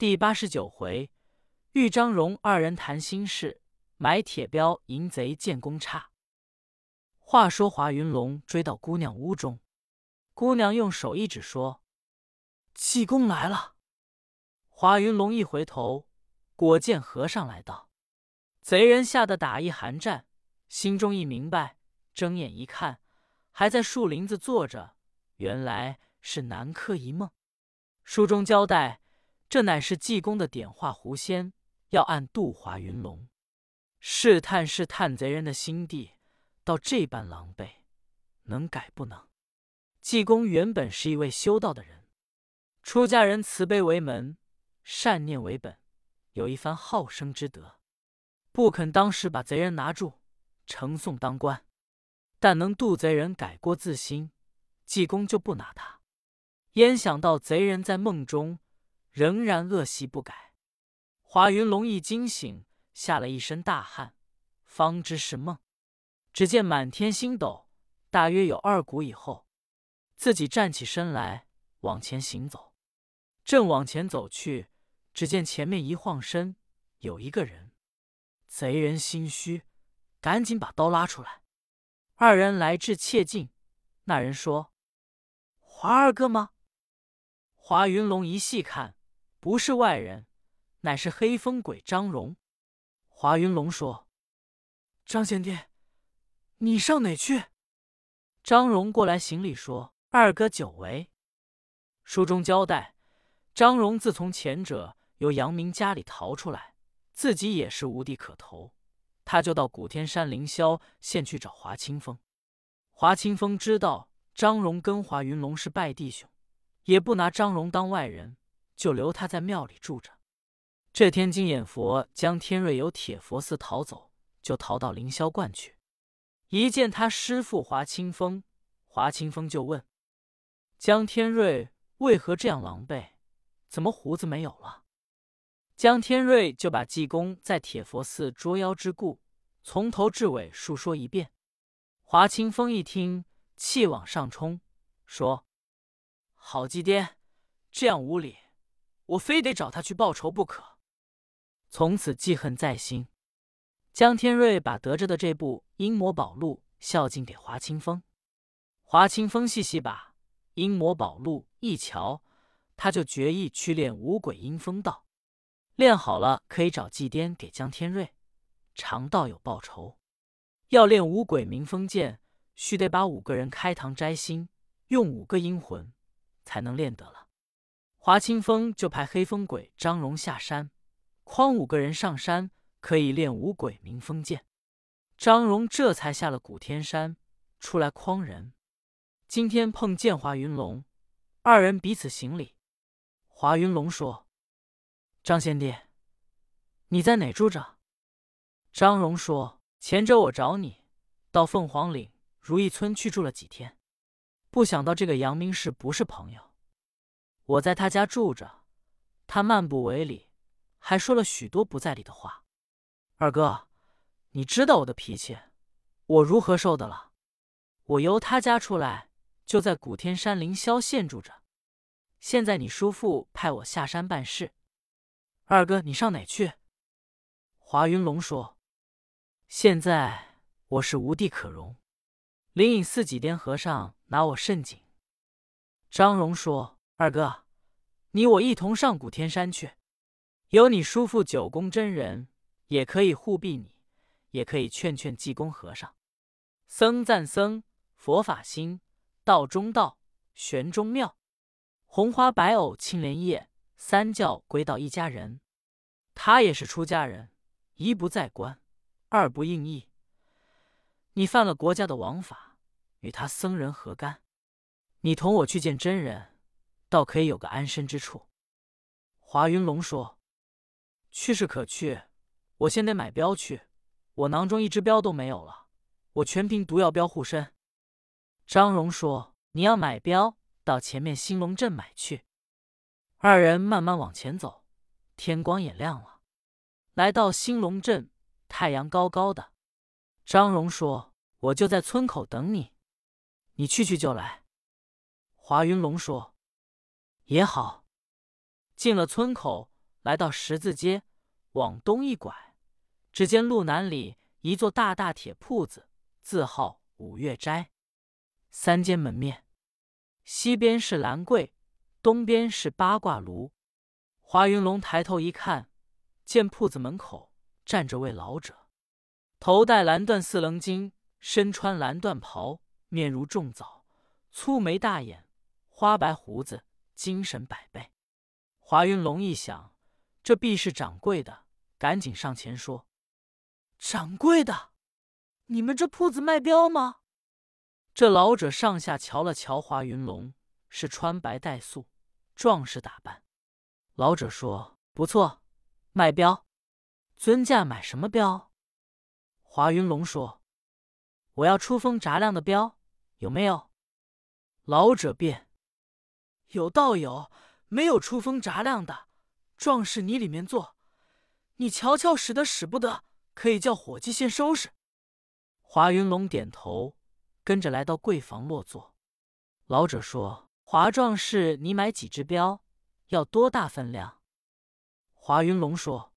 第89回，豫张荣二人谈心事，买铁镖迎贼见公差。话说华云龙追到姑娘屋中，姑娘用手一指说：“济公来了。”华云龙一回头，果见和尚来到。贼人吓得打一寒战，心中一明白，睁眼一看，还在树林子坐着，原来是南柯一梦。书中交代，这乃是济公的点化狐仙，要暗度华云龙。试探贼人的心地，到这般狼狈，能改不能？济公原本是一位修道的人，出家人慈悲为门，善念为本，有一番好生之德，不肯当时把贼人拿住，呈送当官。但能渡贼人改过自新，济公就不拿他。焉想到贼人在梦中仍然恶习不改。华云龙一惊醒，下了一身大汗，方知是梦。只见满天星斗，大约有2鼓以后，自己站起身来，往前行走。正往前走去，只见前面一晃身，有一个人。贼人心虚，赶紧把刀拉出来。2人来至切近，那人说：“华二哥吗？”华云龙一细看，不是外人，乃是黑风鬼张荣。华云龙说：“张贤弟，你上哪去？”张荣过来行礼说：“二哥久违。”书中交代，张荣自从前者由杨明家里逃出来，自己也是无地可投，他就到古天山凌霄县去找华清风。华清风知道张荣跟华云龙是拜弟兄，也不拿张荣当外人，就留他在庙里住着。这天金眼佛江天瑞由铁佛寺逃走，就逃到凌霄观去。一见他师父华清风，华清风就问：“江天瑞为何这样狼狈？怎么胡子没有了？”江天瑞就把济公在铁佛寺捉妖之故，从头至尾述说一遍。华清风一听，气往上冲，说：“好济爹，这样无礼，我非得找他去报仇不可。”从此记恨在心。江天瑞把得着的这部《阴魔宝录》孝敬给华清风。华清风细细把《阴魔宝录》一瞧，他就决意去练五鬼阴风道。练好了可以找祭颠给江天瑞，常道有报仇。要练五鬼明风剑，须得把5个人开膛摘心，用5个阴魂，才能练得了。华清风就派黑风鬼张荣下山，诓5个人上山，可以练五鬼明风剑。张荣这才下了古天山，出来诓人。今天碰见华云龙，2人彼此行礼。华云龙说：“张贤弟，你在哪住着？”张荣说：“前者我找你，到凤凰岭如意村去住了几天，不想到这个杨明氏不是朋友，我在他家住着，他漫不为礼，还说了许多不在理的话。二哥，你知道我的脾气，我如何受得了？我由他家出来，就在古天山凌霄县住着。现在你叔父派我下山办事，二哥你上哪去？”华云龙说：“现在我是无地可容，灵隐寺几颠和尚拿我甚紧。”张荣说：“二哥，你我一同上古天山去，有你叔父九公真人，也可以护庇你，也可以劝劝济公和尚。僧赞僧，佛法心，道中道，玄中妙，红花白藕青莲叶，3教归到一家人。他也是出家人，一不在官，二不应义。你犯了国家的王法，与他僧人何干？你同我去见真人，倒可以有个安身之处。”华云龙说：“去是可去，我先得买镖去，我囊中一支镖都没有了，我全凭毒药镖护身。”张荣说：“你要买镖，到前面兴隆镇买去。”2人慢慢往前走，天光也亮了。来到兴隆镇，太阳高高的。张荣说：“我就在村口等你，你去就来。”华云龙说：“也好。”进了村口， 来到十字街，往东一拐，只见路南里一座大大铁铺子，字号五月斋，三间门面，西边是兰柜，东边是八卦炉。华云龙抬头一看，见铺子门口站着位老者，头戴蓝缎四棱巾，身穿蓝缎袍，面如重枣，粗眉大眼，花白胡子，精神百倍。华云龙一想，这必是掌柜的，赶紧上前说：“掌柜的，你们这铺子卖镖吗？”这老者上下瞧了瞧华云龙，是穿白带素，壮士打扮。老者说：“不错，卖镖。尊驾买什么镖？”华云龙说：“我要出风闸亮的镖，有没有？”老者便：“有倒有，没有出风闸亮的。壮士你里面坐，你瞧瞧使得使不得，可以叫伙计先收拾。”华云龙点头，跟着来到柜房落座。老者说：“华壮士，你买几只镖？要多大分量？”华云龙说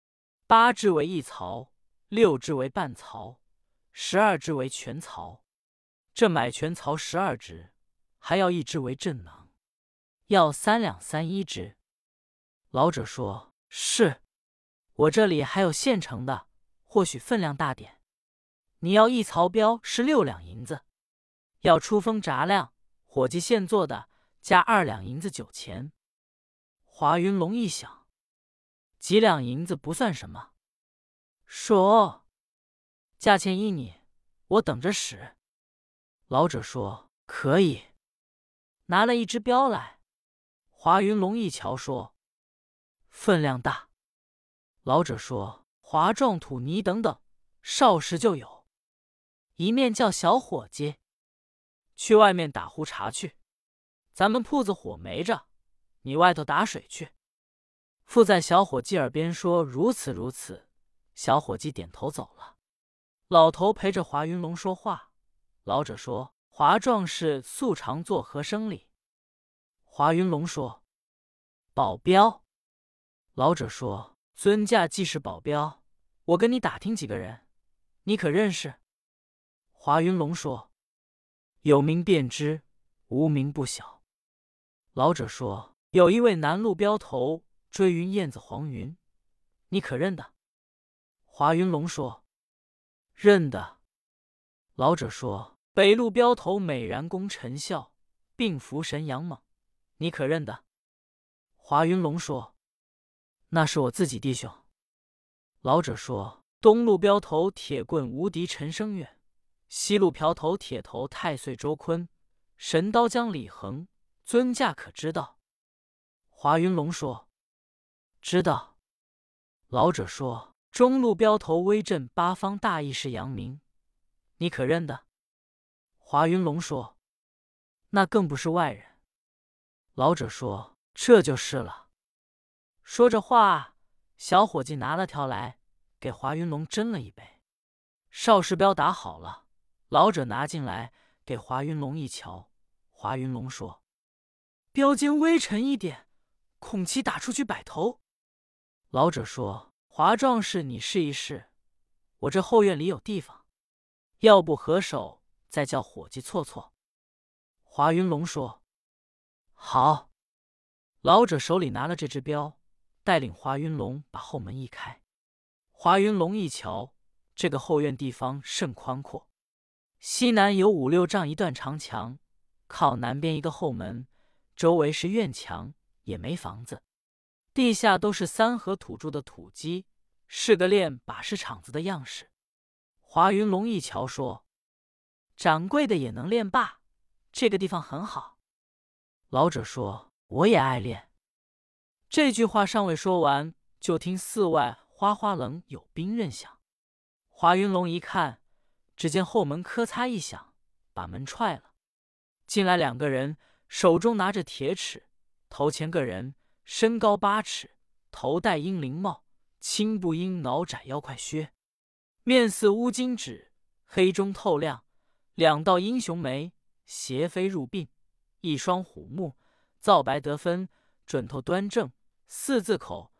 ：“8只为1槽，6只为半槽，12只为全槽。这买全槽12只，还要1只为正囊，要3两31只。”老者说：“是，我这里还有现成的，或许分量大点。你要1槽镖是6两银子，要出风闸亮，伙计现做的，加2两银子酒钱。”华云龙一想，几两银子不算什么，说：“价钱依你，我等着使。”老者说：“可以。”拿了1只镖来，华云龙一瞧说：“分量大。”老者说：“华壮土泥等等，少时就有。一面叫小伙计去外面打壶茶去，咱们铺子火没着，你外头打水去。”附在小伙计耳边说：“如此如此。”小伙计点头走了。老头陪着华云龙说话。老者说：“华壮士素常做何生理？”华云龙说：“保镖。”老者说：“尊驾既是保镖，我跟你打听几个人，你可认识？”华云龙说：“有名便知，无名不晓。”老者说：“有一位南路镖头，追云燕子黄云，你可认得？”华云龙说：“认得。”老者说：“北路镖头美髯公陈孝，并福神杨猛，你可认得？”华云龙说：“那是我自己弟兄。”老者说：“东路镖头铁棍无敌陈生远，西路瓢头铁头太岁周坤，神刀将李恒，尊驾可知道？”华云龙说：“知道。”老者说：“中路镖头威震八方大义士杨明，你可认得？”华云龙说：“那更不是外人。”老者说：“这就是了。”说着话，小伙计拿了条来，给华云龙斟了一杯。少时镖打好了，老者拿进来给华云龙一瞧。华云龙说：“镖尖微沉一点，恐其打出去摆头。”老者说：“华壮士，你试一试，我这后院里有地方，要不合手，再叫伙计错错。”华云龙说：“好。”老者手里拿了这只镖，带领华云龙把后门一开。华云龙一瞧，这个后院地方甚宽阔，西南有5、6丈一段长墙，靠南边一个后门，周围是院墙，也没房子。地下都是3合土筑的土基，是个练把式场子的样式。华云龙一瞧说：“掌柜的也能练把，这个地方很好。”老者说：“我也爱练。”这句话尚未说完，就听寺外哗哗楞有兵刃响。华云龙一看，只见后门咔嚓一响，把门踹了。进来2个人，手中拿着铁尺，头前个人身高8尺，头戴鹰翎帽，青布鹰挠窄腰块靴，面似乌金纸，黑中透亮，2道英雄眉，斜飞入鬓，一双虎目，皂白得分，准头端正，4字口，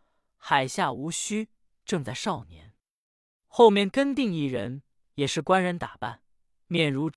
海下无须，正在少年。后面跟定一人，也是官人打扮，面如